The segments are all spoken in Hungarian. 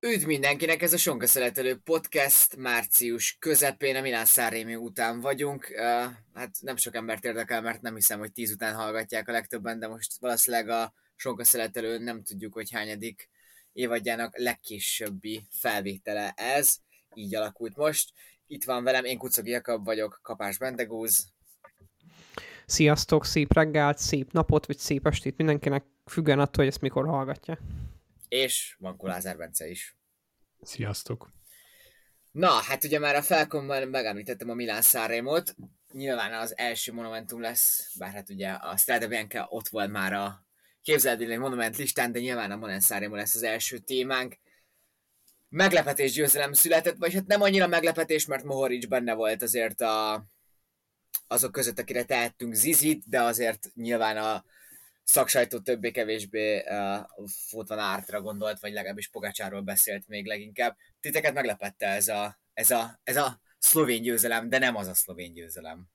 Üdv mindenkinek, ez a Sonka Szeletelő Podcast március közepén, a Milán-San Remo után vagyunk. Hát nem sok embert érdekel, mert nem hiszem, hogy 10 után hallgatják a legtöbben, de most valószínűleg a Sonka Szeletelő nem tudjuk, hogy hányadik évadjának legkésőbbi felvétele ez. Így alakult most. Itt van velem, én Kucogi Jakab vagyok, Kapás Bendegúz. Sziasztok, szép reggelt, szép napot, vagy szép estét mindenkinek, függően attól, hogy ezt mikor hallgatja. És van Lázár Bence is. Sziasztok! Na, hát ugye már a felkomban megemlítettem a Milán-San Remót. Nyilván az első monumentum lesz, bár hát ugye a Strada Bianca ott volt már a képzeledileg monument listán, de nyilván a Milán-San Remo lesz az első témánk. Meglepetés győzelem született, vagy hát nem annyira meglepetés, mert Mohoric benne volt azért azok között, akire tehettünk Zizit, de azért nyilván a szaksajtó többé-kevésbé Van Aertra gondolt, vagy legalábbis Pogačarról beszélt még leginkább. Titeket meglepette ez a szlovén győzelem, de nem az a szlovén győzelem.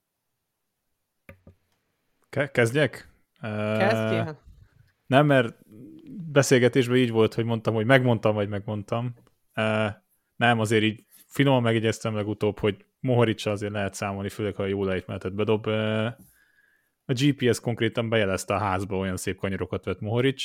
Kezdjek? Kezdjél? Nem, mert beszélgetésben így volt, hogy mondtam, hogy megmondtam. Nem, azért így finoman megjegyeztem legutóbb, hogy Mohoric-sal azért lehet számolni, főleg ha jó lejtmenetet bedob. A GPS konkrétan bejelezte a házba, olyan szép kanyarokat vett Mohoric.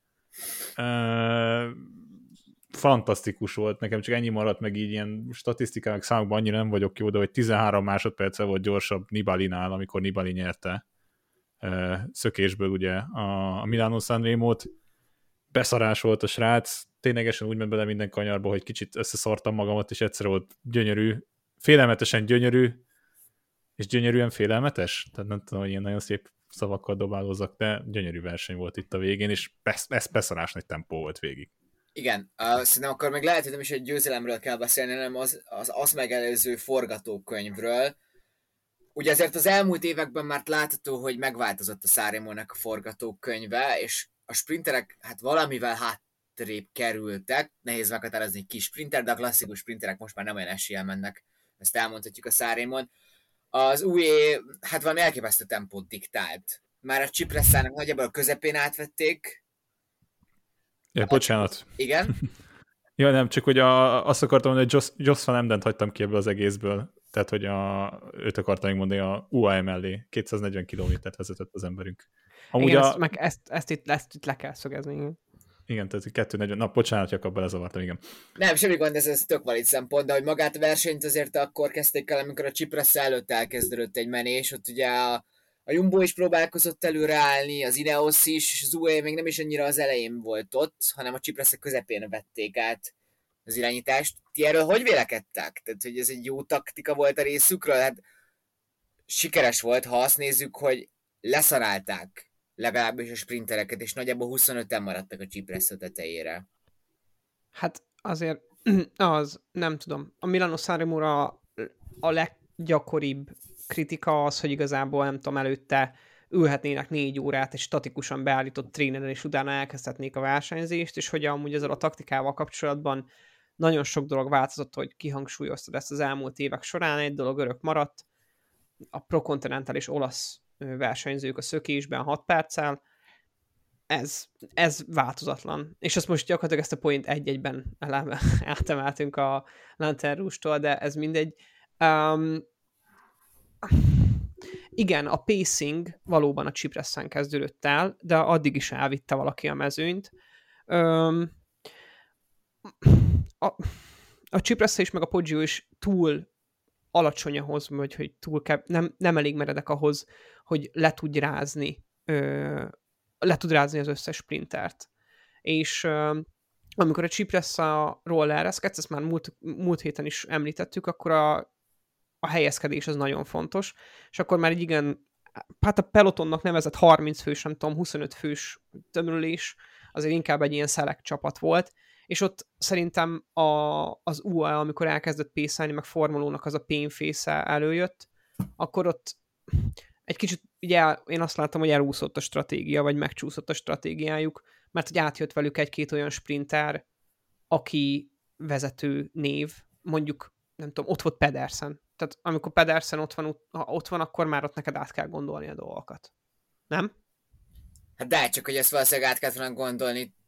Fantasztikus volt, nekem csak ennyi maradt, meg így ilyen statisztikák, számokban annyira nem vagyok jó, de hogy 13 másodperce volt gyorsabb Nibalinál, amikor Nibali nyerte szökésből ugye a Milano-San Remót. Beszarás volt a srác, ténylegesen úgy ment bele minden kanyarba, hogy kicsit összeszartam magamat, és egyszer volt gyönyörű, félelmetesen gyönyörű, és gyönyörűen félelmetes, tehát nem tudom, hogy ilyen nagyon szép szavakkal dobálózzak, de gyönyörű verseny volt itt a végén, és ez beszarás nagy tempó volt végig. Igen, szerintem akkor még lehet, hogy nem is egy győzelemről kell beszélni, hanem az megelőző forgatókönyvről. Ugye azért az elmúlt években már látható, hogy megváltozott a San Remónak a forgatókönyve, és a sprinterek hát valamivel hátrébb kerültek, nehéz meghatározni ki sprinter, de a klasszikus sprinterek most már nem olyan eséllyel mennek, ezt elmondhatjuk a San Remón. Az UE hát valami elképesztő tempót diktált. Már a Cipresszának nagyjából a közepén átvették. Bocsánat. Igen? Ja, nem, csak hogy azt akartam mondani, hogy Jos van Emdent hagytam ki ebből az egészből. Tehát, hogy őt akartam még mondani, a UAE mellé 240 kilométert vezetett az emberünk. Amúgy igen, ezt itt le kell szögezni. Igen, tehát 240, na bocsánat, Jakab, belezavartam, igen. Nem, semmi gond, ez tök valid szempont, de hogy magát a versenyt azért akkor kezdték el, amikor a Cipressa előtt elkezdődött egy menés, ott ugye a Jumbo is próbálkozott előreállni, az Ineos is, és az UAE még nem is annyira az elején volt ott, hanem a Cipressa közepén vették át az irányítást. Ti erről hogy vélekedtek? Tehát, hogy ez egy jó taktika volt a részükről? Hát sikeres volt, ha azt nézzük, hogy leszarálták legalábbis a sprintereket, és nagyjából 25-en maradtak a Cipressa tetejére. Hát azért nem tudom. A Milano-San Remóra a leggyakoribb kritika az, hogy igazából nem tudom, előtte ülhetnének 4 órát egy statikusan beállított tréneren, és utána elkezdhetnék a versenyzést, és hogy amúgy ezzel a taktikával kapcsolatban nagyon sok dolog változott, hogy kihangsúlyoztad ezt az elmúlt évek során, egy dolog örök maradt, a Pro-Continental és olasz versenyzők a szökésben 6 perccel, ez változatlan. És azt most gyakorlatilag ezt a point 1-1-ben átemeltünk a Lantern Rouge-tól, de ez mindegy. Igen, a pacing valóban a Cipresszán kezdődött el, de addig is elvitte valaki a mezőnyt. A Cipressa is, meg a Poggio is túl alacsony ahhoz, vagy hogy nem elég meredek ahhoz, hogy le tud rázni az összes sprintert. És amikor a Cipressa-ról leereszkedsz, ezt már múlt héten is említettük, akkor a helyezkedés az nagyon fontos, és akkor már egy igen, hát a pelotonnak nevezett 30 fős, nem tudom, 25 fős tömörülés, azért inkább egy ilyen select csapat volt, és ott szerintem az UAE, amikor elkezdett pészelni, meg formulónak az a pénfésze előjött, akkor ott egy kicsit, ugye én azt láttam, hogy elúszott a stratégia, vagy megcsúszott a stratégiájuk, mert hogy átjött velük egy-két olyan sprinter, aki vezető név, mondjuk, nem tudom, ott volt Pedersen. Tehát amikor Pedersen ott van, akkor már ott neked át kell gondolni a dolgokat. Nem? Hát de csak, hogy ezt valószínűleg át kellett volna gondolni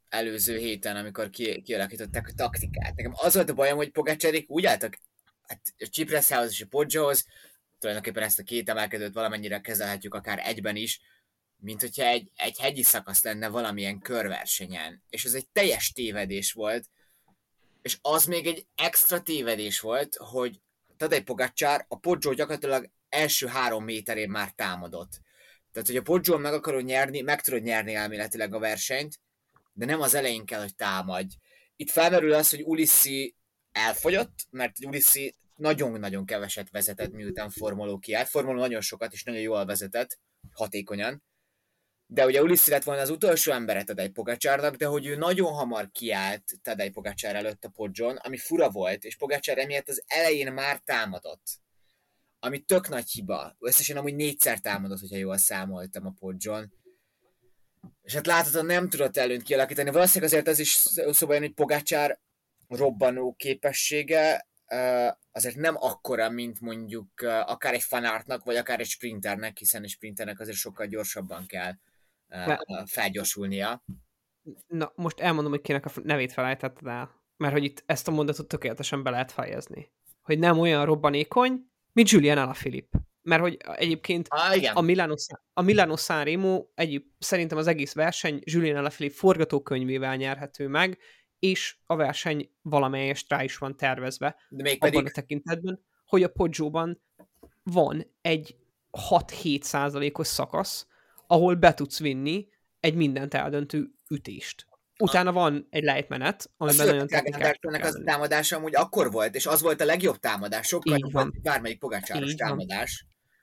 előző héten, amikor kialakították a taktikát. Nekem az volt a bajom, hogy Pogačarék úgy álltak hát a Ciprasszához és a Poggiohoz, tulajdonképpen ezt a két emelkedőt valamennyire kezelhetjük akár egyben is, mint hogyha egy hegyi szakasz lenne valamilyen körversenyen. És ez egy teljes tévedés volt, és az még egy extra tévedés volt, hogy Tadej Pogačar a Poggio gyakorlatilag első 3 méterén már támadott. Tehát, hogy a Poggio meg akarod nyerni, meg tudod nyerni elméletileg a versenyt, de nem az elején kell, hogy támadj. Itt felmerül az, hogy Ulissi elfogyott, mert Ulissi nagyon-nagyon keveset vezetett, miután Formoló kiállt. Formoló nagyon sokat, és nagyon jól vezetett, hatékonyan. De ugye Ulissi lett volna az utolsó embere Tadej Pogačarnak, de hogy ő nagyon hamar kiállt Tadej Pogačar előtt a Poggion, ami fura volt, és Pogačar emiatt az elején már támadott. Ami tök nagy hiba. Összesen amúgy 4-szer támadott, hogyha jól számoltam a Poggion. És hát láthatóan nem tudott előnyt kialakítani. Valószínűleg azért az is szóba jön, hogy Pogačar robbanó képessége azért nem akkora, mint mondjuk akár egy Van Aertnak, vagy akár egy sprinternek, hiszen egy sprinternek azért sokkal gyorsabban kell felgyorsulnia. Na, most elmondom, hogy kinek a nevét felejtetted el. Mert hogy itt ezt a mondatot tökéletesen be lehet fejezni. Hogy nem olyan robbanékony, mint Julian Alaphilippe. Mert hogy egyébként a Milano Sanremo szerintem az egész verseny Julian Alaphilippe forgatókönyvével nyerhető meg, és a verseny valamelyest rá is van tervezve. De még abban pedig a tekintetben, hogy a Poggioban van egy 6-7%-os szakasz, ahol be tudsz vinni egy mindent eldöntő ütést. Utána van egy lejtmenet, amiben nagyon technikás. Az a támadása amúgy akkor volt, és az volt a legjobb támadás, sokkal jobb volt bármelyik Pogačaros támadás.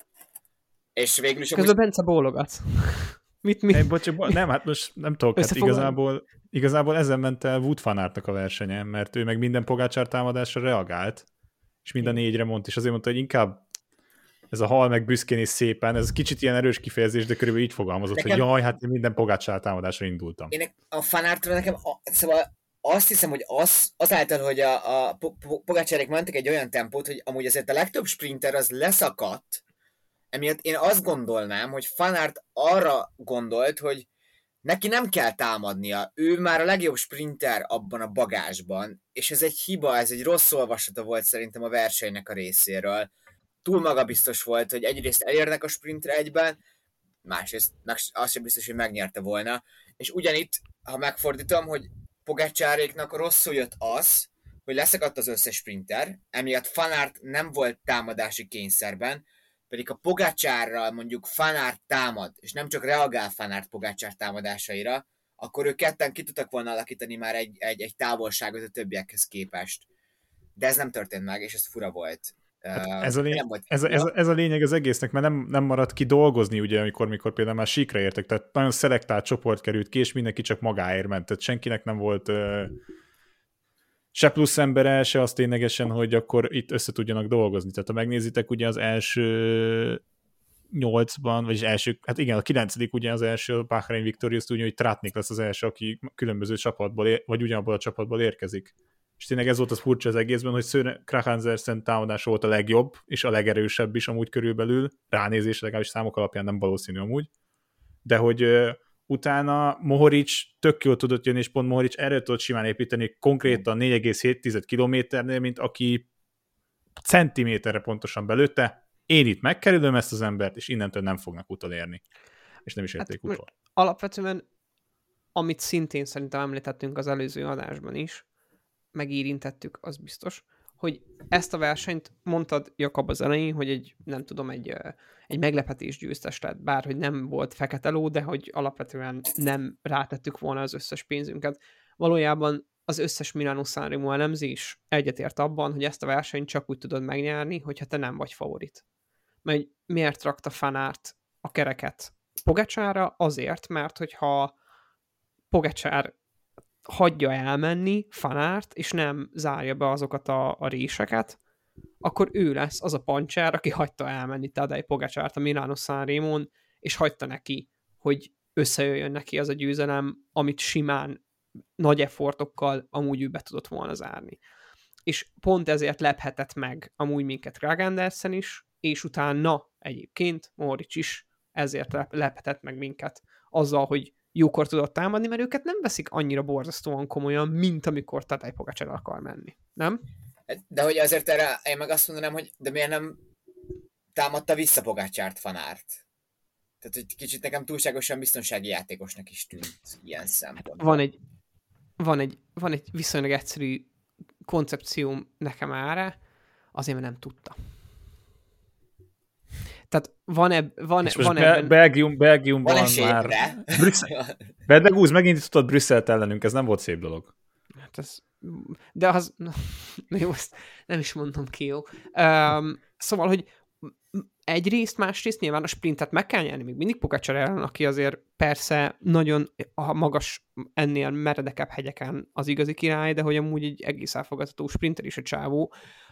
És végül is... Közben Bence bólogat. mit? Nem, hát most nem tudok, hát igazából ezen ment el Wout van Aertnak a versenye, mert ő meg minden Pogačar támadásra reagált, és mind a 4-re mondta, és azért mondta, hogy inkább ez a hal meg büszkén és szépen, ez kicsit ilyen erős kifejezés, de körülbelül így fogalmazott, hogy jaj, hát én minden Pogačar támadásra indultam. Én a Van Aertről nekem, szóval azt hiszem, hogy azáltal, hogy a Pogačarék mentek egy olyan tempót, hogy amúgy azért a legtöbb sprinter az leszakadt, emiatt én azt gondolnám, hogy Van Aert arra gondolt, hogy neki nem kell támadnia, ő már a legjobb sprinter abban a bagásban, és ez egy hiba, ez egy rossz olvasata volt szerintem a versenynek a részéről. Túl magabiztos volt, hogy egyrészt elérnek a sprintre egyben, másrészt az sem biztos, hogy megnyerte volna. És ugyanitt, ha megfordítom, hogy Pogačaréknak rosszul jött az, hogy leszakadt az összes sprinter, emiatt Van Aert nem volt támadási kényszerben, pedig a Pogačarral mondjuk Van Aert támad, és nem csak reagál Van Aert Pogačar támadásaira, akkor ők ketten ki tudtak volna alakítani már egy távolságot a többiekhez képest. De ez nem történt meg, és ez fura volt. Hát ez a lényeg az egésznek, mert nem maradt ki dolgozni, ugye, amikor például már síkra értek, tehát nagyon szelektált csoport került ki, és mindenki csak magáért ment, tehát senkinek nem volt se plusz embere, se az ténylegesen, hogy akkor itt össze tudjanak dolgozni. Tehát ha megnézitek, ugye az első 8-ban, vagyis első, hát igen, a 9. ugye az első Bahrain Victorious, tudja, hogy Tratnik lesz az első, aki különböző csapatból, vagy ugyanabból a csapatból érkezik. És tényleg ez volt az furcsa az egészben, hogy Sören Kragh-Andersen támadása volt a legjobb, és a legerősebb is amúgy körülbelül, ránézés legalábbis számok alapján nem valószínű amúgy, de hogy utána Mohoric tök jól tudott jönni, és pont Mohoric erre tudott simán építeni konkrétan 4,7 kilométernél, mint aki centiméterre pontosan belőtte. Én itt megkerülöm ezt az embert, és innentől nem fognak utolérni. És nem is érték utol. Alapvetően, amit szintén szerintem említettünk az előző adásban is, megérintettük, az biztos, hogy ezt a versenyt mondtad, Jakab, az elején, hogy egy meglepetés győztes lett, bár hogy nem volt fekete ló, de hogy alapvetően nem rátettük volna az összes pénzünket. Valójában az összes Milano Sanremo elemzés egyetért abban, hogy ezt a versenyt csak úgy tudod megnyerni, hogyha te nem vagy favorit. Mert miért rakta Van Aert a kereket Pogačarra? Azért, mert hogyha Pogačar hagyja elmenni Van Aert, és nem zárja be azokat a réseket, akkor ő lesz az a pancsár, aki hagyta elmenni Tadej Pogačart a Milano Sanremón, és hagyta neki, hogy összejöjjön neki az a győzelem, amit simán nagy effortokkal amúgy ő be tudott volna zárni. És pont ezért lephetett meg amúgy minket Kragh-Andersen is, és utána egyébként Mohoric is ezért lephetett meg minket azzal, hogy jókor tudott támadni, mert őket nem veszik annyira borzasztóan komolyan, mint amikor Tadej Pogačar akar menni. Nem? De hogy azért erre én meg azt mondanám, hogy de miért nem támadta vissza Pogačart Van Aert? Tehát, hogy kicsit nekem túlságosan biztonsági játékosnak is tűnt ilyen szempontból. Van egy viszonylag egyszerű koncepcióm nekem erre, azért, mert nem tudta. Tehát van ebben... Belgiumban Van már... Vendegúz, megint tudtad Brüsszelt ellenünk, ez nem volt szép dolog. Hát ez... De az... Na jó, ezt nem is mondom ki, jó. Szóval, hogy egyrészt, másrészt nyilván a sprintet meg kell nyerni, még mindig Pogačar ellen, aki azért persze nagyon a magas, ennél meredekebb hegyeken az igazi király, de hogy amúgy egy egész elfogadható sprinter is a csávó,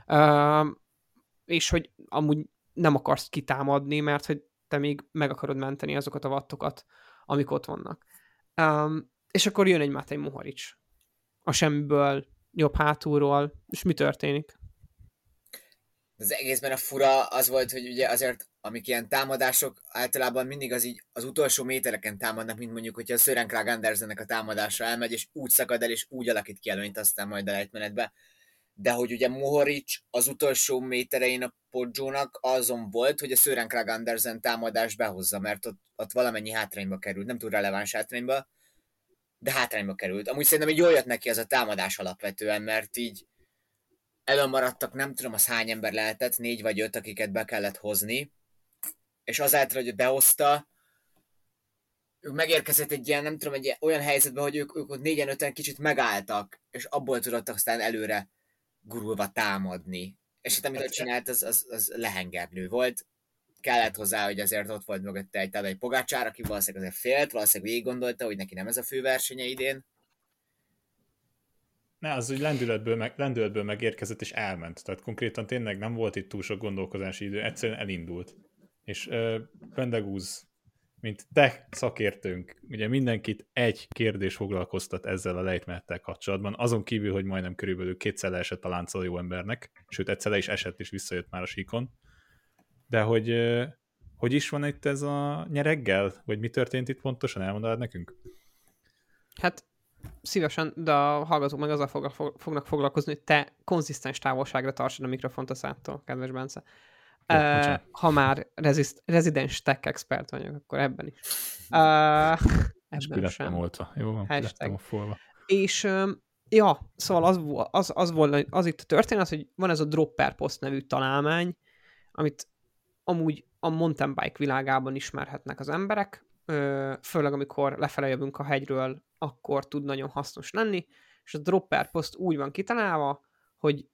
és hogy amúgy nem akarsz kitámadni, mert hogy te még meg akarod menteni azokat a wattokat, amik ott vannak. És akkor jön egy Matej Mohorič. A semmiből, jobb hátulról, és mi történik? Az egészben a fura az volt, hogy ugye azért, amik ilyen támadások, általában mindig az utolsó métereken támadnak, mint mondjuk, hogyha a Søren Kragh Andersennek a támadásra elmegy, és úgy szakad el, és úgy alakít ki előnyt aztán majd a lejtmenetbe. De hogy ugye Mohorič az utolsó méterein a Poggionak azon volt, hogy a Søren Kragh Andersen támadás behozza, mert ott valamennyi hátrányba került, nem túl releváns hátrányba, de hátrányba került. Amúgy szerintem így jól jött neki az a támadás alapvetően, mert így elmaradtak, nem tudom, az hány ember lehetett, 4 vagy 5, akiket be kellett hozni, és azáltal, hogy behozta, ők megérkezett egy ilyen, nem tudom, egy olyan helyzetbe, hogy ők ott 4-5-en kicsit megálltak, és abból tudott aztán előre gurulva támadni. És itt, amit csinált, az lehengerlő volt. Kellett hozzá, hogy azért ott volt mögötte egy Tadej Pogačar, aki valószínűleg azért félt, valószínűleg végig gondolta, hogy neki nem ez a fő versenye idén. Ne, az úgy lendületből megérkezett és elment. Tehát konkrétan tényleg nem volt itt túl sok gondolkozási idő, egyszerűen elindult. És Vendegúz, mint te szakértőnk, ugye mindenkit egy kérdés foglalkoztat ezzel a lejtmenettel kapcsolatban, azon kívül, hogy majdnem körülbelül 2-szer leesett a lánccal jó embernek, sőt egyszer le is esett és visszajött már a síkon. De hogy is van itt ez a nyereggel? Vagy mi történt itt pontosan? Elmondanád nekünk? Hát szívesen, de a hallgatók meg azzal fognak foglalkozni, hogy te konzisztens távolságra tartsad a mikrofont a szádtól, kedves Bence. Ha már rezidens tech expert vagyok, akkor ebben is. Ebben sem. Oltva. Jó van, lettem a folva. És ja, szóval az itt a történet, hogy van ez a Dropper Post nevű találmány, amit amúgy a mountain bike világában ismerhetnek az emberek, főleg amikor lefele jövünk a hegyről, akkor tud nagyon hasznos lenni, és a Dropper Post úgy van kitalálva, hogy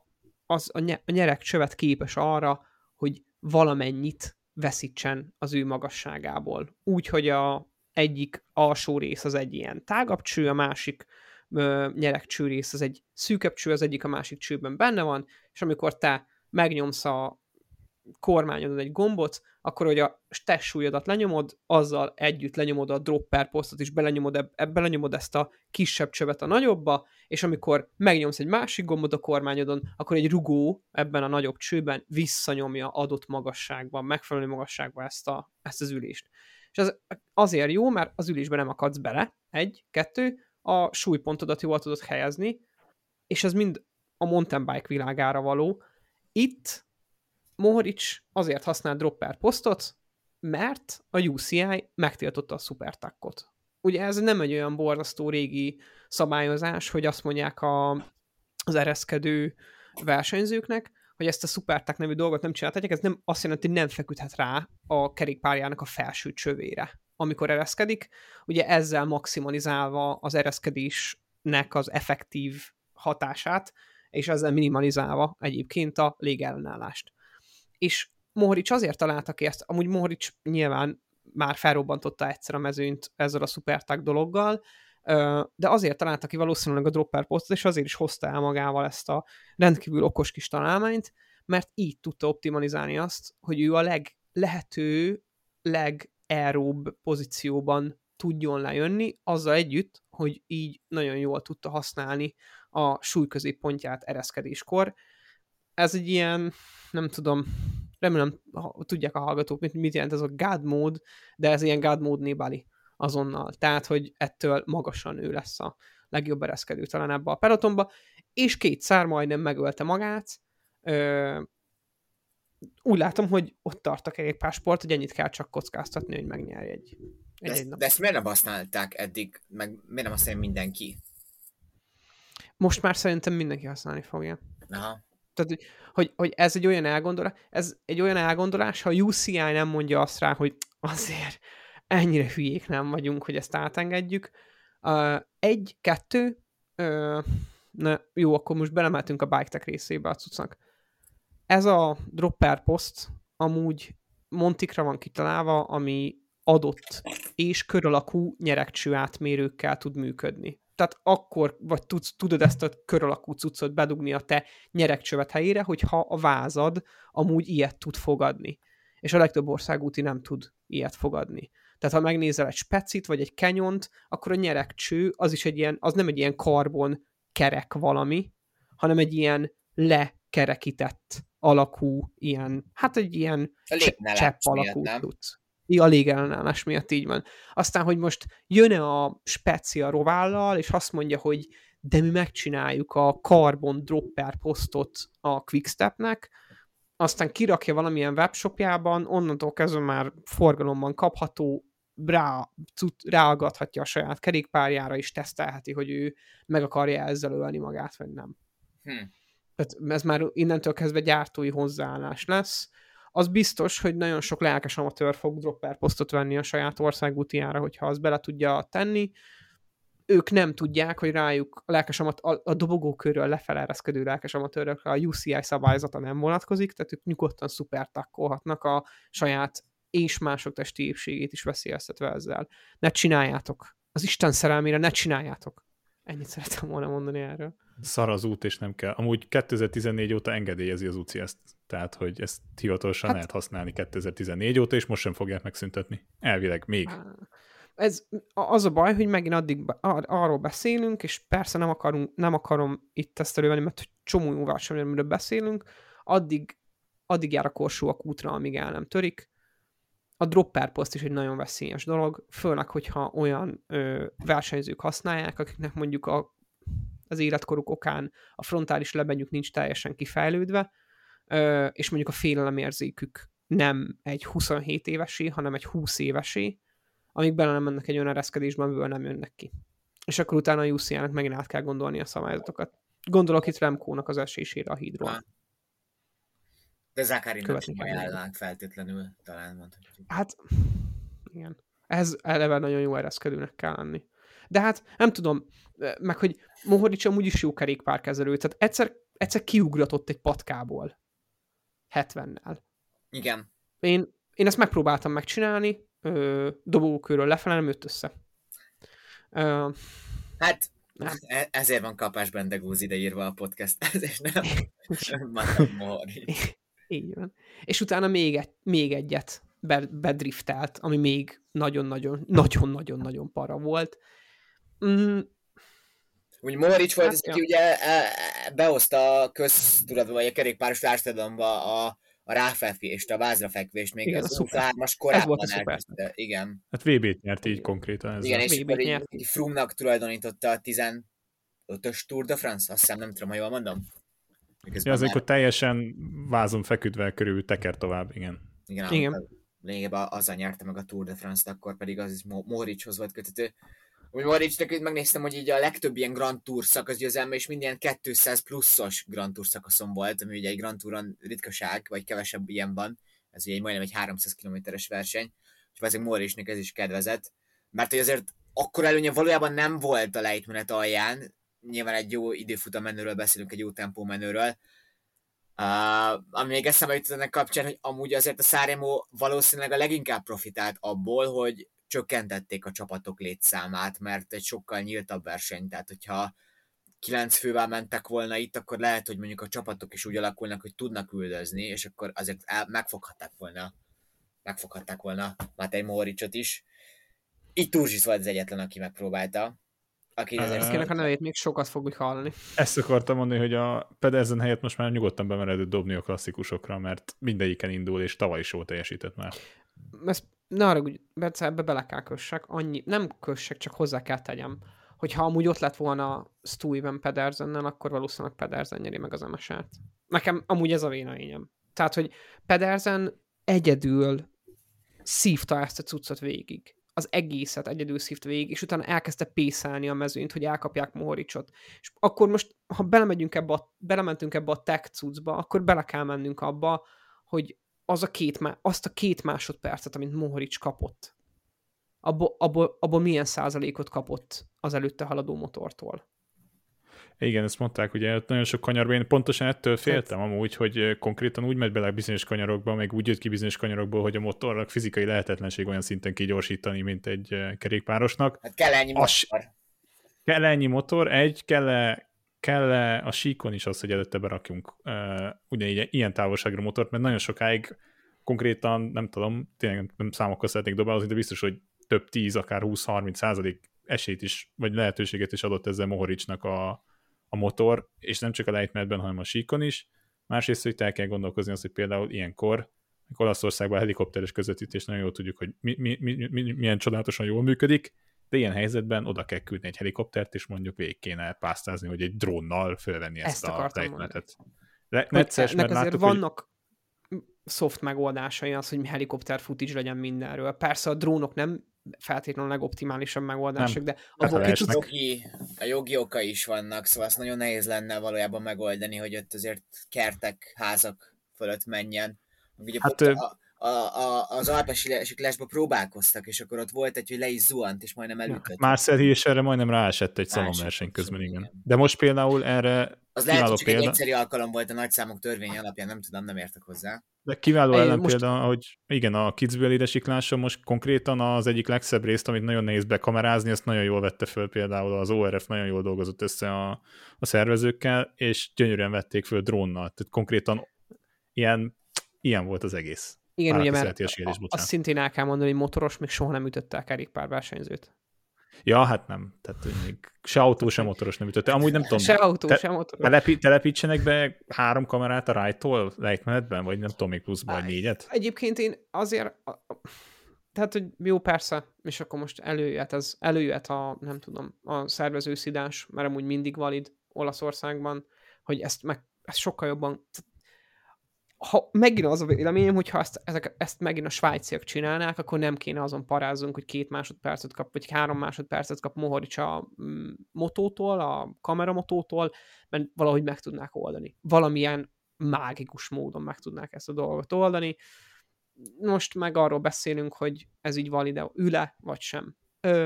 a nyeregcsövet képes arra, hogy valamennyit veszítsen az ő magasságából. Úgy, hogy egyik alsó rész az egy ilyen tágabb cső, a másik nyeregcső rész az egy szűkebb cső, az egyik a másik csőben benne van, és amikor te megnyomsz a kormányodon egy gombot, akkor, hogy a testsúlyodat lenyomod, azzal együtt lenyomod a Dropper Postot, és belenyomod ezt a kisebb csövet a nagyobba, és amikor megnyomsz egy másik gombot a kormányodon, akkor egy rugó ebben a nagyobb csőben visszanyomja adott magasságban, megfelelő magasságban ezt az ülést. És ez azért jó, mert az ülésben nem akadsz bele, 1, 2, a súlypontodat jól tudod helyezni, és ez mind a mountain bike világára való. Itt Mohorič azért használ Dropper Postot, mert a UCI megtiltotta a szupertakkot. Ugye ez nem egy olyan borzasztó régi szabályozás, hogy azt mondják az ereszkedő versenyzőknek, hogy ezt a szupertak nevű dolgot nem csináltatják, ez nem azt jelenti, hogy nem feküdhet rá a kerékpárjának a felső csövére, amikor ereszkedik. Ugye ezzel maximalizálva az ereszkedésnek az effektív hatását, és ezzel minimalizálva egyébként a légellenállást. És Mohorič azért találta ki ezt, amúgy Mohorič nyilván már felrobbantotta egyszer a mezőnyt ezzel a szupertag dologgal, de azért találta ki valószínűleg a Dropper Postot, és azért is hozta el magával ezt a rendkívül okos kis találmányt, mert így tudta optimalizálni azt, hogy ő a lehető legaeróbb pozícióban tudjon lejönni, azzal együtt, hogy így nagyon jól tudta használni a súlyközéppontját ereszkedéskor. Ez egy ilyen, nem tudom, remélem tudják a hallgatók, mit jelent ez a God Mode, de ez ilyen God Mode Nibali. azonnal. Tehát, hogy ettől magasan ő lesz a legjobb ereszkedő talán ebbe a pelotonba, és 2 szár majdnem megölte magát. Úgy látom, hogy ott tart a kerékpársport, hogy ennyit kell csak kockáztatni, hogy megnyerj egy nap. De ezt miért nem használták eddig, meg miért nem használja mindenki? Most már szerintem mindenki használni fogja. Aha. Tehát, hogy ez egy olyan elgondolás, ha a UCI nem mondja azt rá, hogy azért ennyire hülyék nem vagyunk, hogy ezt átengedjük. Jó, akkor most belemeltünk a bike tech részébe a cuccnak. Ez a dropper post amúgy Montikra van kitalálva, ami adott és kör alakú nyeregcső átmérőkkel tud működni. Tehát akkor, vagy tudod ezt a kör alakú cuccot bedugni a te nyeregcsövet helyére, hogyha a vázad amúgy ilyet tud fogadni. És a legtöbb országúti nem tud ilyet fogadni. Tehát ha megnézel egy specit, vagy egy canyont, akkor a nyeregcső az nem egy ilyen karbon kerek valami, hanem egy ilyen lekerekített alakú, egy ilyen csepp alakú tudsz. A légellenállás miatt így van. Aztán, hogy most jön-e a specia rovállal, és azt mondja, hogy de mi megcsináljuk a carbon dropper posztot a Quickstepnek, aztán kirakja valamilyen webshopjában, onnantól kezdve már forgalomban kapható, ráaggathatja a saját kerékpárjára, és tesztelheti, hogy ő meg akarja ezzel ölni magát, vagy nem. Tehát ez már innentől kezdve gyártói hozzáállás lesz. Az biztos, hogy nagyon sok lelkes amatőr fog dropper posztot venni a saját országútiára, hogyha az bele tudja tenni. Ők nem tudják, hogy rájuk a dobogókörről lefele ereszkedő lelkes amatőrökre a UCI szabályzata nem vonatkozik, tehát ők nyugodtan szupertakkolhatnak a saját és mások testi épségét is veszélyeztetve ezzel. Ne csináljátok. Az Isten szerelmére ne csináljátok. Ennyit szeretem volna mondani erről. Szar az út, és nem kell. Amúgy 2014 óta engedélyezi az UCI ezt, tehát, hogy ezt hivatalosan lehet használni 2014 óta, és most sem fogják megszüntetni. Elvileg még. Az a baj, hogy megint addig arról beszélünk, és persze nem akarom itt ezt elővenni, mert csomó jóval sem, amiről beszélünk, addig jár a korsó a kútra, amíg el nem törik. A dropper post is egy nagyon veszélyes dolog, főleg, hogyha olyan versenyzők használják, akiknek mondjuk az életkoruk okán a frontális lebenyük nincs teljesen kifejlődve, és mondjuk a félelemérzékük nem egy 27 évesé, hanem egy 20 évesé, amíg bele nem mennek egy olyan ereszkedésbe, amiből nem jönnek ki. És akkor utána a UCI-nak megint át kell gondolni a szabályzatokat. Gondolok itt Remco-nak az esésére a hídról. De Zakarinak sem ajánlánk feltétlenül, talán mondhatjuk. Hát, igen. Ez eleve nagyon jó ereszkedőnek kell lenni. De hát, nem tudom, meg hogy Mohoric amúgy is jó kerékpárkezelő, tehát egyszer kiugratott egy patkából. 70-nel. Igen. Én ezt megpróbáltam megcsinálni, dobogókörről lefele, nem jött össze. Hát, nem. Ezért van Kapás Bendegúz ideírva a podcast, és nem Mohoric. Így van. És utána még egyet bedriftelt, ami még nagyon-nagyon para volt. Úgy Mohoric volt az, aki ugye behozta a köztudatba, vagy a kerékpáros társadalomba a ráfekvést, a vázra fekvést, még igen, az 3-as korábban elkezdte. Igen. Hát VB-t nyert így konkrétan ezzel. Igen, és akkor így Froome-nak tulajdonította a 15-ös Tour de France, azt hiszem, nem tudom, ha jól mondom. Ja, az, amikor teljesen vázon feküdve körül teker tovább, igen. Igen. Lényegében azzal nyerte meg a Tour de France-t, akkor pedig az is Mohorichoz volt köthető. Úgy Mohoricnak megnéztem, hogy így a legtöbb ilyen Grand Tour szakaszgyőzelme, és minden 200 pluszos Grand Tour szakaszon volt, ami ugye egy Grand Touron ritkaság, vagy kevesebb ilyen van. Ez ugye majdnem egy 300 kilométeres verseny. És valószínűleg Mohoricnak ez is kedvezett. Mert hogy azért akkor előnye valójában nem volt a lejtmenet alján. Nyilván egy jó időfutam menőről beszélünk, egy jó tempó menőről. Ami még eszembe jutott ennek kapcsán, hogy amúgy azért a Sanremo valószínűleg a leginkább profitált abból, hogy csökkentették a csapatok létszámát, mert egy sokkal nyíltabb verseny, tehát hogyha 9 fővel mentek volna itt, akkor lehet, hogy mondjuk a csapatok is úgy alakulnak, hogy tudnak üldözni, és akkor azért megfoghatták volna Matej Mohoricot is. Itt Turzsis volt az egyetlen, aki megpróbálta. Akinek a nevét még sokat fogjuk hallani. Ezt akartam mondani, hogy a Pedersen helyett most már nyugodtan bemeredett dobni a klasszikusokra, mert mindegyiken indul, és tavaly is jól teljesített már. ne arra, hogy Bence, ebbe bele kell kössek, annyi, nem kössek, csak hozzá kell tegyem, hogyha amúgy ott lett volna Stuyven Pedersennel, akkor valószínűleg Pedersen nyeri meg az MSA-t. Nekem amúgy ez a véleményem. Tehát, hogy Pedersen egyedül szívta ezt a cuccot végig. Az egészet egyedül szívt végig, és utána elkezdte pészelni a mezőnyt, hogy elkapják Mohoricsot. És akkor most, ha belementünk ebbe a tech cuccba, akkor bele kell mennünk abba, hogy azt a 2 másodpercet, amit Mohorics kapott, abból milyen százalékot kapott az előtte haladó motortól. Igen, ezt mondták, ugye nagyon sok kanyarban, én pontosan ettől féltem amúgy, hogy konkrétan úgy megy bele bizonyos kanyarokba, meg úgy jött ki bizonyos kanyarokból, hogy a motornak fizikai lehetetlenség olyan szinten kigyorsítani, mint egy kerékpárosnak. Hát kell ennyi motor. Kell ennyi motor, kell a síkon is az, hogy előtte berakjunk ugyanígy ilyen távolságra motort, mert nagyon sokáig konkrétan, nem tudom, tényleg nem számokkal szeretnék dobálni, de biztos, hogy több 10, akár 20-30% esélyt is, vagy lehetőséget is adott ezzel Mohoricsnak a motor, és nem csak a lejtmenetben, hanem a síkon is. Másrészt, hogy el kell gondolkozni azt, hogy például ilyenkor, Olaszországban a helikopteres közvetítés nagyon jól tudjuk, hogy milyen csodálatosan jól működik, de ilyen helyzetben oda kell küldni egy helikoptert, és mondjuk végig kéne pásztázni, hogy egy drónnal fölvenni ezt a lejtmenetet. Ennek azért vannak soft megoldásai az, hogy helikopter footage legyen mindenről. Persze a drónok nem feltétlenül a legoptimálisabb megoldások, de a jogi oka is vannak, szóval azt nagyon nehéz lenne valójában megoldani, hogy ott azért kertek, házak fölött menjen. Ugye az alpesi lesbe próbálkoztak, és akkor ott volt egy, hogy le is zuhant, és majdnem elütött. Marcel Hirschi erre majdnem ráesett egy szalonverseny közben, igen. De most például erre az lehet, hogy csak egy egyszerű alkalom volt a nagyszámok törvény alapján, nem tudom, nem értek hozzá. De kiváló ellenpélda, hogy igen, a Kitzbüheli lesikláson most konkrétan az egyik legszebb részt, amit nagyon nehéz bekamerázni, azt nagyon jól vette föl például az ORF, nagyon jól dolgozott össze a szervezőkkel, és gyönyörűen vették föl drónnal. Tehát konkrétan ilyen volt az egész. Igen, ugye, mert azt szintén el kell mondani, hogy motoros még soha nem ütötte el kerékpárversenyzőt. Ja, hát nem. Tehát még se autó, se motoros nem ütötte. Amúgy nem tudom. Se autó, se motoros. Telepítsenek be 3 kamerát a rájtól lejtmenetben, vagy nem tudom, még pluszban, vagy 4-et? Egyébként én azért, tehát, hogy jó, persze, és akkor most előjöhet a, nem tudom, a szervezőszidás, mert amúgy mindig valid Olaszországban, hogy ezt sokkal jobban, ha megint az a véleményem, hogyha ezt megint a svájciak csinálnák, akkor nem kéne azon parázzunk, hogy 2 másodpercet kap, vagy 3 másodpercet kap Mohorics a motótól, a kameramotótól, mert valahogy meg tudnák oldani. Valamilyen mágikus módon meg tudnák ezt a dolgot oldani. Most meg arról beszélünk, hogy ez így valide, ül-e, vagy sem.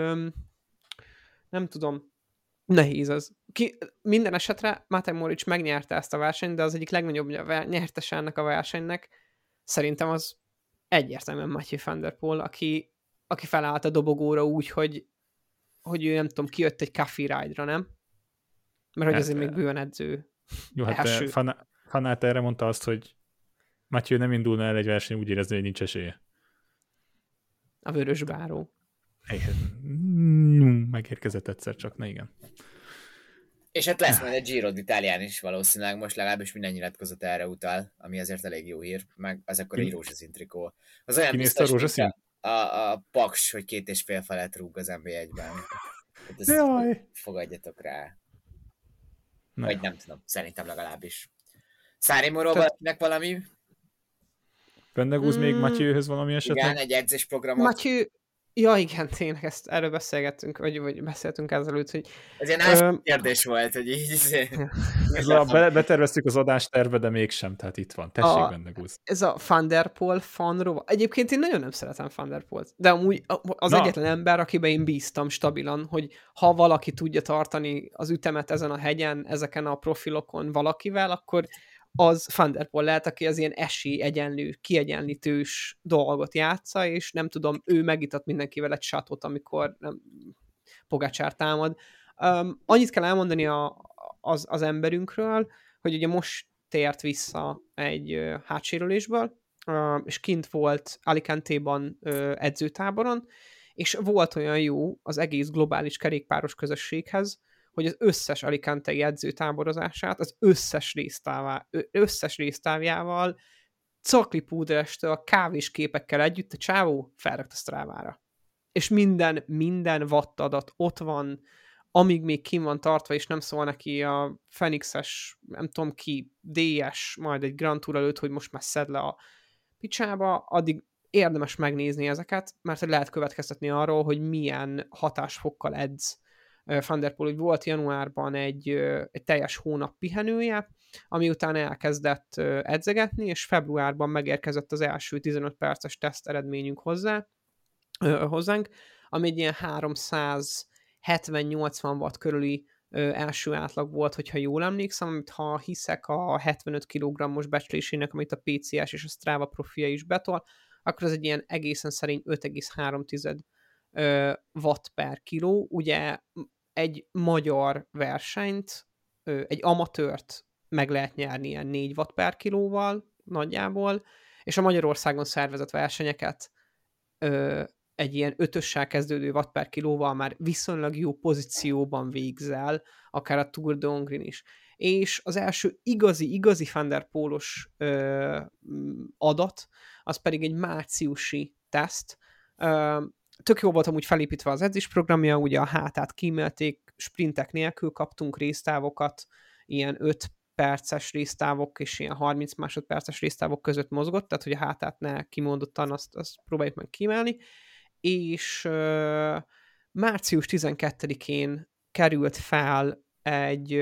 Nem tudom. Nehéz ez. Minden esetre Matej Mohorics megnyerte ezt a versenyt, de az egyik legnagyobb nyertese ennek a versenynek szerintem az egyértelműen Mathieu van der Poel, aki felállt a dobogóra úgy, hogy ő nem tudom, kijött egy coffee ride-ra, nem? Mert hogy azért még bőven edző. Jó, hát Fanát erre mondta azt, hogy Mathieu nem indulna el egy verseny, úgy érezni, hogy nincs esélye. A vörös báró. Megérkezett egyszer csak, na igen. És hát lesz majd egy Giro d'Italián is valószínűleg, most legalábbis minden nyilatkozat erre utal, ami azért elég jó hír, meg az akkor egy rózsaszín trikó. Az olyan biztos, mint a Paks, hogy 2,5 felett rúg az NB1-ben. Hát fogadjatok rá. Vagy nem tudom, szerintem legalábbis. Szárémóról valakinek valami? Vendegúz még Mathieuhöz valami esetleg? Igen, egy edzésprogramot. Mathieu, ja igen, tényleg erről beszélgettünk, vagy beszéltünk ezelőtt, hogy... Ez ilyen kérdés volt, hogy így... Beterveztük az adástervbe, de mégsem, tehát itt van. Tessék, Vendegúz. Ez a Van der Poel fanrova. Egyébként én nagyon nem szeretem Van der Poelt, de amúgy az egyetlen ember, akiben én bíztam stabilan, hogy ha valaki tudja tartani az ütemet ezen a hegyen, ezeken a profilokon valakivel, akkor az Van der Poel lehet, aki az ilyen esélyegyenlő, kiegyenlítős dolgot játsza, és nem tudom, ő megított mindenkivel egy sátot, amikor Pogačar támad. Annyit kell elmondani az emberünkről, hogy ugye most tért vissza egy hátsérülésből, és kint volt Alicante-ban edzőtáboron, és volt olyan jó az egész globális kerékpáros közösséghez, hogy az összes Alicante-i edzőtáborozását az összes résztávjával caklipúderestől a kávésképekkel együtt a csávó felrakt a Strava-ra. És minden watt adat ott van, amíg még kim van tartva, és nem szól neki a Fenixes, nem tudom ki, DS, majd egy Grand Tour előtt, hogy most már szed le a picsába, addig érdemes megnézni ezeket, mert lehet következtetni arról, hogy milyen hatásfokkal edz Van der Poel. Úgy volt januárban egy teljes hónap pihenője, ami után elkezdett edzegetni, és februárban megérkezett az első 15 perces teszt eredményünk hozzánk, ami egy ilyen 370-80 watt körüli első átlag volt, hogyha jól emlékszem, amit ha hiszek a 75 kg-os becslésének, amit a PCS és a Strava profilja is betol, akkor ez egy ilyen egészen szerény 5,3 watt per kiló. Ugye egy magyar versenyt, egy amatőrt meg lehet nyerni ilyen 4 watt per kilóval nagyjából, és a Magyarországon szervezett versenyeket egy ilyen 5-össel kezdődő watt per kilóval már viszonylag jó pozícióban végzel, akár a Tour de Hongrin is. És az első igazi Van der Poelos adat, az pedig egy márciusi teszt. Tök jó volt amúgy felépítve az edzésprogramja, ugye a hátát kímélték, sprintek nélkül kaptunk résztávokat, ilyen 5 perces résztávok és ilyen 30 másodperces résztávok között mozgott, tehát hogy a hátát ne kimondottan azt próbáljuk meg kímélni, és március 12-én került fel egy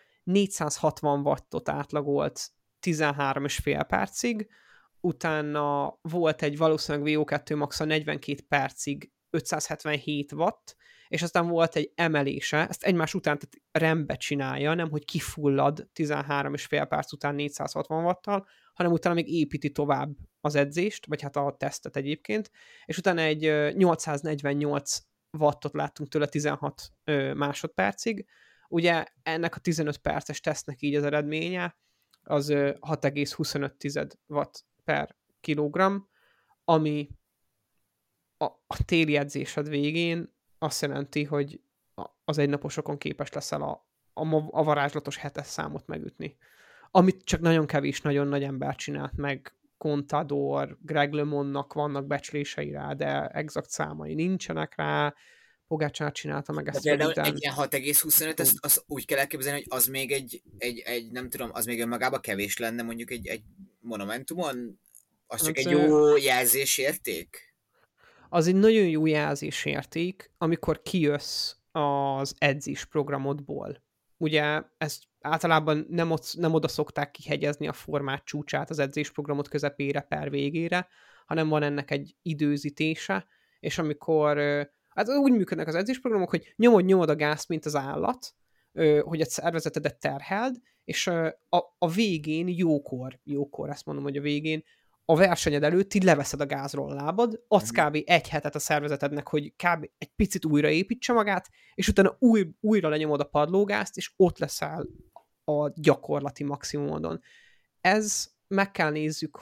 460 wattot átlagolt 13,5 percig, utána volt egy valószínűleg VO2 max a 42 percig 577 watt, és aztán volt egy emelése, ezt egymás után tehát rendbe csinálja, nem hogy kifullad 13,5 perc után 460 watttal, hanem utána még építi tovább az edzést, vagy hát a tesztet egyébként, és utána egy 848 wattot láttunk tőle 16 másodpercig. Ugye ennek a 15 perces tesztnek így az eredménye, az 6,25 watt per kilogramm, ami a téli edzésed végén azt jelenti, hogy az egynaposokon képes leszel a varázslatos 7-es számot megütni. Amit csak nagyon kevés, nagyon nagy ember csinált meg, Contador, Greg LeMondnak vannak becslései rá, de exakt számai nincsenek rá, Pogačar csinálta meg ezt. De például egy ilyen 6,25, azt úgy kell elképzelni, hogy az még egy nem tudom, az még önmagában kevés lenne mondjuk egy Monumentumon? Az csak egy jó jelzésérték? Az egy nagyon jó jelzésérték, amikor kijössz az edzés programodból. Ugye ezt általában nem oda szokták kihegyezni a formát csúcsát az edzésprogramot közepére per végére, hanem van ennek egy időzítése, és amikor hát úgy működnek az edzésprogramok, hogy nyomod a gázt, mint az állat, hogy a szervezetedet terheld, és a végén jókor, ezt mondom, hogy a végén a versenyed előtt így leveszed a gázról a lábad, adsz kb. Egy hetet a szervezetednek, hogy kb. Egy picit újraépítse magát, és utána újra lenyomod a padlógázt, és ott leszel a gyakorlati maximumodon. Ez meg kell nézzük,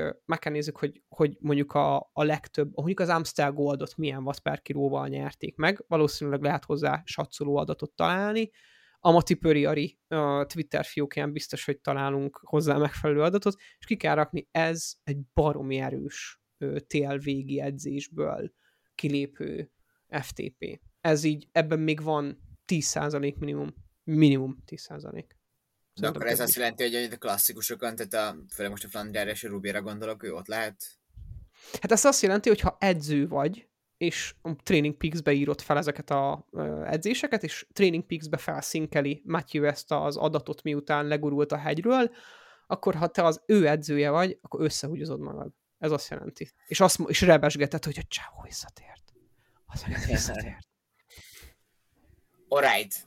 hogy mondjuk a legtöbb, mondjuk az Amstel Goldot milyen watt per kilóval nyerték meg, valószínűleg lehet hozzá satszoló adatot találni, a Mati Pöriari Twitter fiókján biztos, hogy találunk hozzá megfelelő adatot, és ki kell rakni, ez egy baromi erős tél végi edzésből kilépő FTP. Ez így, ebben még van 10% minimum 10%. De akkor ez azt jelenti, hogy a klasszikusokon, tehát főleg most a Flandriára és a Rubira gondolok, ő ott lehet? Hát ez azt jelenti, hogy ha edző vagy, és a Training Peaks-be írod fel ezeket az edzéseket, és Training Peaks-be felszinkeli Matthew ezt az adatot, miután legurult a hegyről, akkor ha te az ő edzője vagy, akkor összehúgyozod magad. Ez azt jelenti. És rebesgeted, hogy a csávó visszatért. Az meg visszatért. Alright.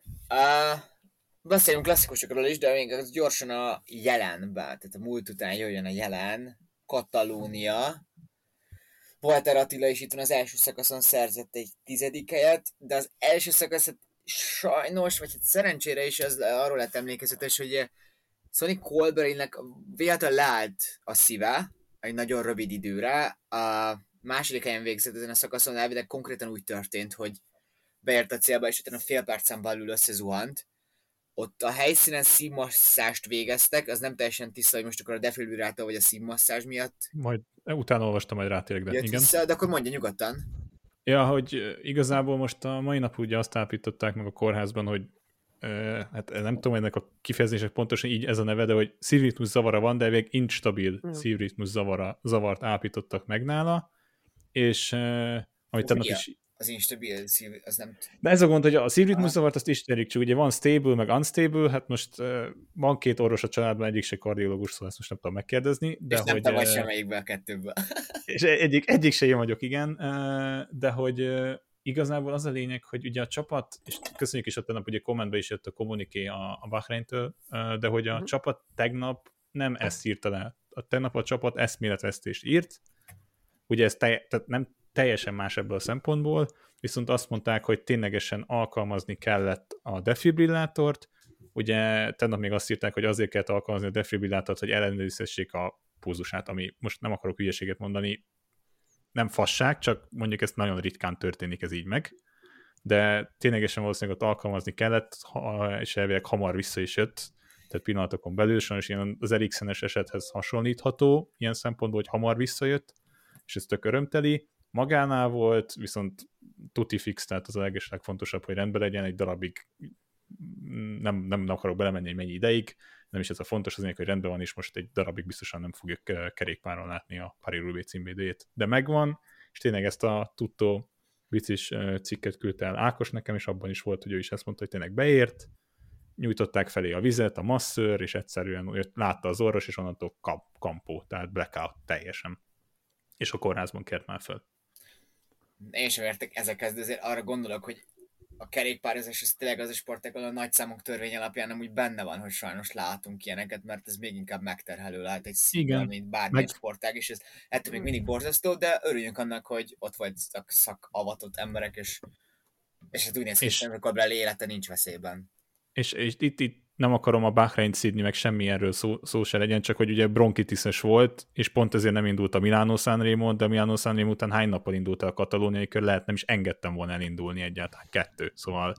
Beszéljünk klasszikusokról is, de még gyorsan a jelenbe. Tehát a múlt után jöjjön a jelen. Katalónia. Walter Attila is itt van, az első szakaszon szerzett egy 10. helyet, de az első szakaszot sajnos, vagy hát szerencsére is az arról lett emlékezetes, hogy Sonny Colbrelli-nek véletlenül leállt a szíve egy nagyon rövid időre. A második helyen végzett ezen a szakaszon, elvileg konkrétan úgy történt, hogy beért a célba, és utána fél percen belül összezuhant. ott a helyszínen szívmasszást végeztek, az nem teljesen tiszta, hogy most akkor a defibrillátor vagy a szívmasszázs miatt Majd utána olvastam, majd rátérek, de jött igen. vissza, de akkor mondja nyugodtan. Ja, hogy igazából most a mai nap ugye azt állapították meg a kórházban, hogy hát nem tudom ennek a kifejezések pontosan így ez a neve, de hogy szívritmus zavara van, de még instabil szívritmus zavart állapítottak meg nála, és amit tegnap is... Az instabil szív, az nem... De ez a gond, hogy a szívritmus zavart azt ismerik, csak ugye van stable, meg unstable, hát most van 2 orvos a családban, egyik se kardiológus, szóval ezt most nem tudom megkérdezni. De és nem hogy, te vagy semmelyikből a kettőből. És egyik se én vagyok, igen, de hogy igazából az a lényeg, hogy ugye a csapat, és köszönjük is, hogy tegnap ugye kommentbe is jött a kommuniké a Bahreintől, de hogy a csapat tegnap nem ezt írta le. Tegnap a csapat eszméletvesztést írt, ugye ez tehát nem teljesen más ebből a szempontból, viszont azt mondták, hogy ténylegesen alkalmazni kellett a defibrillátort, ugye tegnap még azt írták, hogy azért kellett alkalmazni a defibrillátort, hogy ellenőrizhessék a pulzusát, ami most nem akarok hülyeséget mondani, nem fasság, csak mondjuk ezt nagyon ritkán történik ez így meg, de ténylegesen valószínűleg ott alkalmazni kellett, és elvileg hamar vissza is jött, tehát pillanatokon belül, sajnos ilyen az Eriksenes esethez hasonlítható, ilyen szempontból, hogy hamar visszajött, és ez tök örömteli. Magánál volt, viszont tuti fix, tehát az a legfontosabb, hogy rendben legyen, egy darabig nem akarok belemenni, hogy mennyi ideig, nem is ez a fontos, az hogy rendben van, és most egy darabig biztosan nem fogjuk kerékpáron látni a Paris-Roubaix címvédőjét. De megvan, és tényleg ezt a tudtó vicces cikket küldte el Ákos nekem, és abban is volt, hogy ő is ezt mondta, hogy tényleg beért, nyújtották felé a vizet, a masszőr, és egyszerűen látta az orvos, és onnantól kampó, tehát blackout teljesen. És a kórházban kért már föl. Én sem értek ezekhez, de azért arra gondolok, hogy a kerékpározás ez tényleg az a sportág, a nagy számok törvény alapján nem úgy benne van, hogy sajnos látunk ilyeneket, mert ez még inkább megterhelő lehet egy szívvel, mint bármilyen sportág, és ez ettől még mindig borzasztó, de örüljünk annak, hogy ott voltak szakavatott emberek, és hát úgy néz ki, hogy Gabriel élete nincs veszélyben. És itt nem akarom a Bahreint szídni, meg semmi erről szó se legyen, csak hogy ugye bronkitises volt, és pont ezért nem indult a Milano-San Remo, de a Milano-San Remo után hány nappal indult el a katalóniai kör, lehet nem is engedtem volna elindulni egyáltalán 2, szóval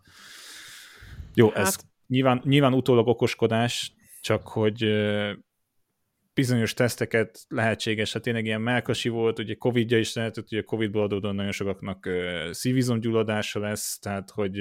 jó, hát... ez nyilván utólag okoskodás, csak hogy bizonyos teszteket lehetséges, hát tényleg ilyen mellkasi volt, ugye Covid-ja is lehetett, ugye Covid-ból adódóan nagyon sokaknak szívizomgyulladása lesz, tehát hogy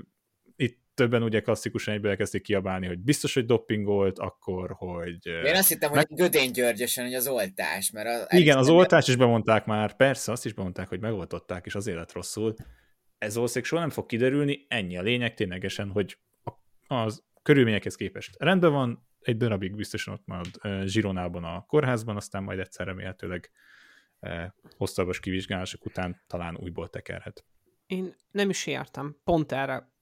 itt többen ugye klasszikusan egyből elkezdték kiabálni, hogy biztos, hogy doppingolt, akkor, hogy... Én azt hittem, hogy Gödény Györgyösen, hogy az oltás, mert... Igen, az oltás is bemondták már, persze, azt is bemondták, hogy megoltották, és azért lett rosszul. Ez valószínűleg soha nem fog kiderülni, ennyi a lényeg ténylegesen, hogy az körülményekhez képest rendben van, egy darabig biztosan ott marad Zsironában a kórházban, aztán majd egyszer remélhetőleg hosszabbas kivizsgálások után talán újból tekerhet. Én nem is értem. Pont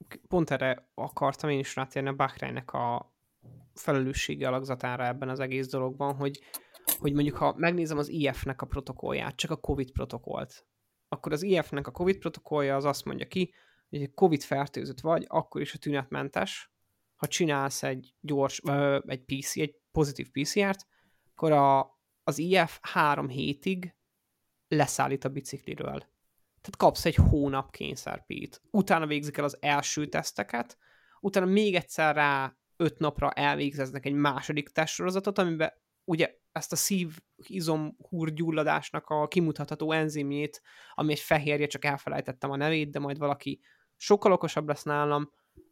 erre akartam én is rátérni a Bahreinnek a felelőssége alakzatára ebben az egész dologban, hogy mondjuk ha megnézem az IF-nek a protokollját, csak a Covid protokollt, akkor az IF-nek a Covid protokollja az azt mondja ki, hogy Covid fertőzött vagy, akkor is a tünetmentes, ha csinálsz egy egy pozitív PCR-t, akkor az IF 3 hétig leszállít a bicikliről. Tehát kapsz egy hónap kényszerpít. Utána végzik el az első teszteket, utána még egyszer rá 5 napra elvégeznek egy második testsorozatot, amiben ugye ezt a szívizomhúrgyulladásnak a kimutatható enzimjét, ami egy fehérje, csak elfelejtettem a nevét, de majd valaki sokkal okosabb lesz nálam,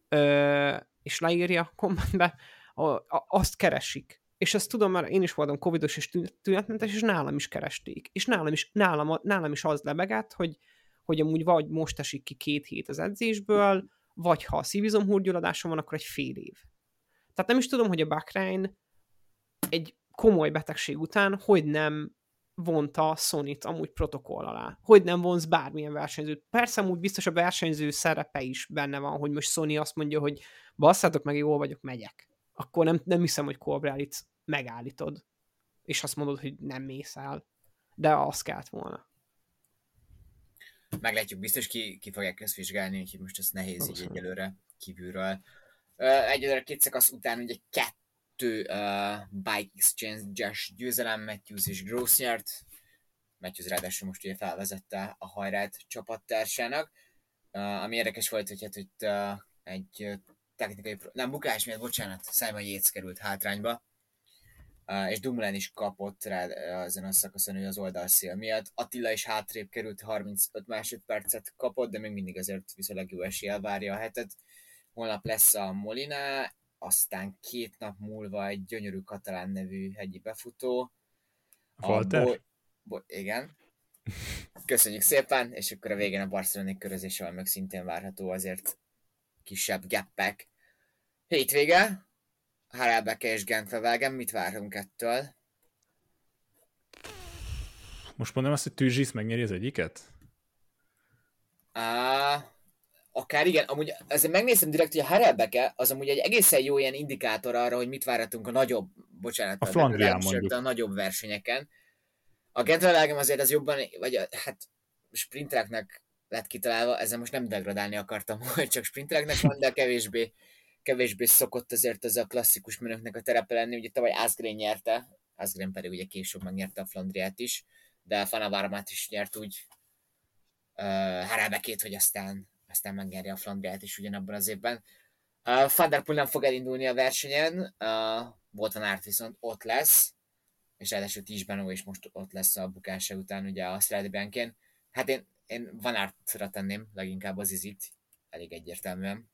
és leírja a kommentbe, azt keresik. És ezt tudom, mert én is voltam covidos és tünetmentes, és nálam is keresték. És nálam is az lebegett, hogy amúgy vagy most esik ki 2 hét az edzésből, vagy ha a szívizomhúrgyulladásom van, akkor egy fél év. Tehát nem is tudom, hogy a Bahrein egy komoly betegség után hogy nem vonta Sonit amúgy protokoll alá. Hogy nem vonz bármilyen versenyzőt. Persze amúgy biztos a versenyző szerepe is benne van, hogy most Sony azt mondja, hogy basszátok meg, jól vagyok, megyek. Akkor nem hiszem, hogy Colbrellit megállítod, és azt mondod, hogy nem mész el. De azt kellett volna. Meglátjuk, biztos ki fogják ezt vizsgálni, úgyhogy most ez nehéz így egyelőre kívülről. Egyelőre 2 szakasz után ugye 2 Bike Exchange-es győzelem, Matthews és Gross nyert. Matthews ráadásul most ugye felvezette a hajrát csapattársának. Ami érdekes volt, hogy hát itt egy technikai, nem bukás miatt, bocsánat, Simon Yates került hátrányba, és Dumoulin is kapott rá ezen a szakaszon az oldalszél miatt. Attila is hátrébb került, 35 másodpercet kapott, de még mindig azért viszonylag jó eséllyel várja a hetet. Holnap lesz a Molina, aztán 2 nap múlva egy gyönyörű katalán nevű hegyi befutó. Walter? Igen. Köszönjük szépen, és akkor a végén a barcelonai körözés, ahol meg szintén várható azért kisebb geppek. Hétvége, Harelbeke és Gent-Wevelgem, mit várunk ettől? Most mondom azt, hogy Tűzsisz megnyeri az egyiket? Akár igen, amúgy azért megnéztem direkt, hogy a Harelbeke az amúgy egy egészen jó ilyen indikátor arra, hogy mit várhatunk a nagyobb, bocsánat, a Flandrián mondjuk. A nagyobb versenyeken. A Gent-Wevelgem azért az jobban, vagy hát sprintereknek lett kitalálva, ezzel most nem degradálni akartam, hogy csak sprintereknek van, de kevésbé szokott azért az a klasszikus menőknek a terepe lenni. Ugye tavaly Asgreen nyerte, Asgreen pedig ugye később megnyerte a Flandriát is, de Van Avermaet is nyert úgy Harelbekét, hogy aztán megnyerje a Flandriát is ugyanabban az évben. Van der Poel nem fog elindulni a versenyen, Wout van Aert viszont ott lesz, és ráadásul Tish Benoit is most ott lesz a bukása után, ugye a Strade Bianchén. Hát én Van Aertra tenném leginkább az izit, elég egyértelműen.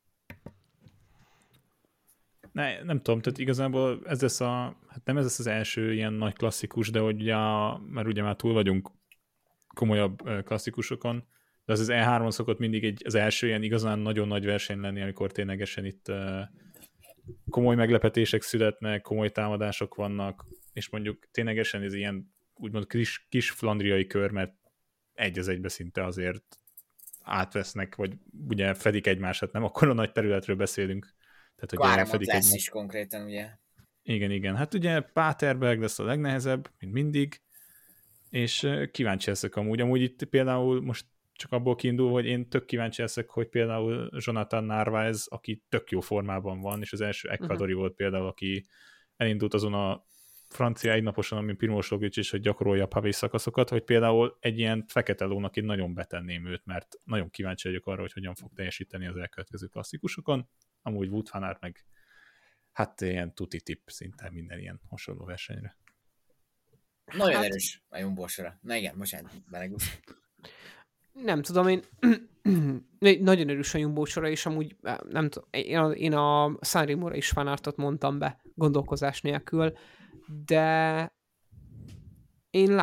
Nem tudom, tehát igazából ez lesz hát nem ez lesz az első ilyen nagy klasszikus, de hogy mert ugye már túl vagyunk komolyabb klasszikusokon, de az E3-on szokott mindig az első ilyen igazán nagyon nagy verseny lenni, amikor ténylegesen itt komoly meglepetések születnek, komoly támadások vannak, és mondjuk ténylegesen ez ilyen úgymond kis flandriai kör, mert egy az egybe szinte azért átvesznek, vagy ugye fedik egymást, nem akkor a nagy területről beszélünk. Kármont lesz is konkrétan, ugye? Igen. Hát ugye Paterberg lesz a legnehezebb, mint mindig, és kíváncsi leszek amúgy itt például most csak abból kiindul, hogy én tök kíváncsi leszek, hogy például Jonathan Narvaez, aki tök jó formában van, és az első Ecuadori volt például, aki elindult azon a francia egynaposon, amin Primož Roglič is, hogy gyakorolja a pavé szakaszokat, hogy például egy ilyen fekete lónak én nagyon betenném őt, mert nagyon kíváncsi vagyok arra, hogy hogyan fog teljesíteni az elkövetkező klasszikusokon. Amúgy Wout van Aert meg hát ilyen tuti tipp szinte minden ilyen hasonló versenyre. Nagyon erős a Jumbo-sora. Na igen, bocsánat, belegúsz. Nem tudom, én nagyon erős a Jumbo-sora, és amúgy nem tudom, én a Sanremo-ra is Van Aertot mondtam be gondolkozás nélkül, de én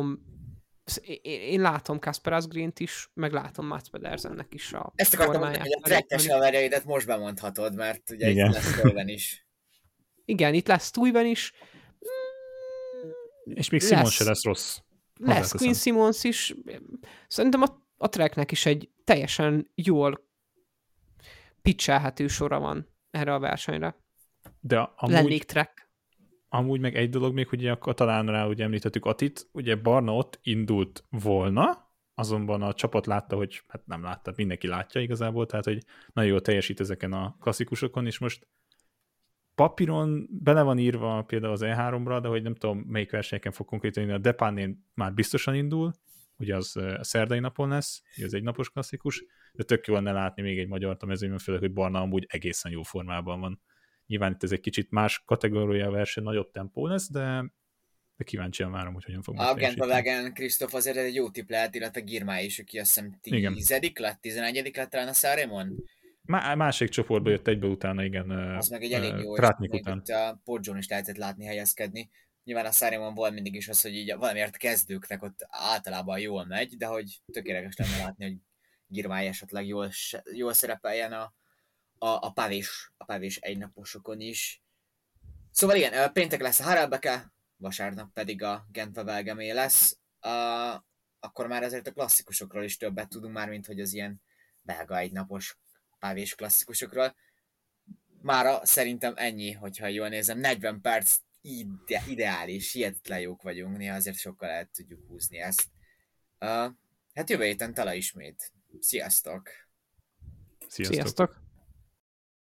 látom Kasper Asgreen-t is, meg látom Mats Pedersennek is a ezt akartam mondani, hogy a trekkes haverjaidat most bemondhatod, mert ugye igen. Itt lesz Stuyven is. Igen, itt lesz Stuyven is. És még Simon se lesz rossz. Lesz Quinn Simmons is. Szerintem a Treknek is egy teljesen jól pitchelhető sora van erre a versenyre. De amúgy meg egy dolog még, hogy a katalánra ugye említettük Atit, ugye Barna ott indult volna, azonban a csapat látta, hogy hát nem látta, mindenki látja igazából, tehát hogy nagyon jól teljesít ezeken a klasszikusokon, és most papíron bele van írva például az E3-ra, de hogy nem tudom, melyik versenyeken fog konkrétan a Depánén már biztosan indul, ugye az a szerdai napon lesz, ugye az egynapos klasszikus, de tök jó lenne látni még egy magyart a mezőnyben, főleg, hogy Barna amúgy egészen jó formában van. Nyilván itt ez egy kicsit más kategória verseny, nagyobb tempó lesz, de kíváncsian várom, hogy hogyan fog teljesíteni. A Gent-Wevelgem Krisztóf azért egy jó tipp lehet, illetve Girmay is, aki azt hiszem 10. lett, 11. lett talán a Sanremon. Másik csoportba jött egybe utána, igen. Az meg egy elég jó, Tratnik után. A Poggyon is lehetett látni helyezkedni. Nyilván a Sanremon volt mindig is az, hogy így valamiért kezdőknek ott általában jól megy, de hogy tökéletes lenne látni, hogy Girmay esetleg jól szerepeljen a pávés egynaposokon is. Szóval igen, péntek lesz a Harelbeke, vasárnap pedig a Gent-Wevelgemé lesz. Akkor már azért a klasszikusokról is többet tudunk már, mint hogy az ilyen belga egynapos pávés klasszikusokról. Mára szerintem ennyi, hogyha jól nézem. 40 perc ideális, hihetetlen jók vagyunk, néha azért sokkal el tudjuk húzni ezt. Hát jövő héten tele ismét. Sziasztok! Sziasztok!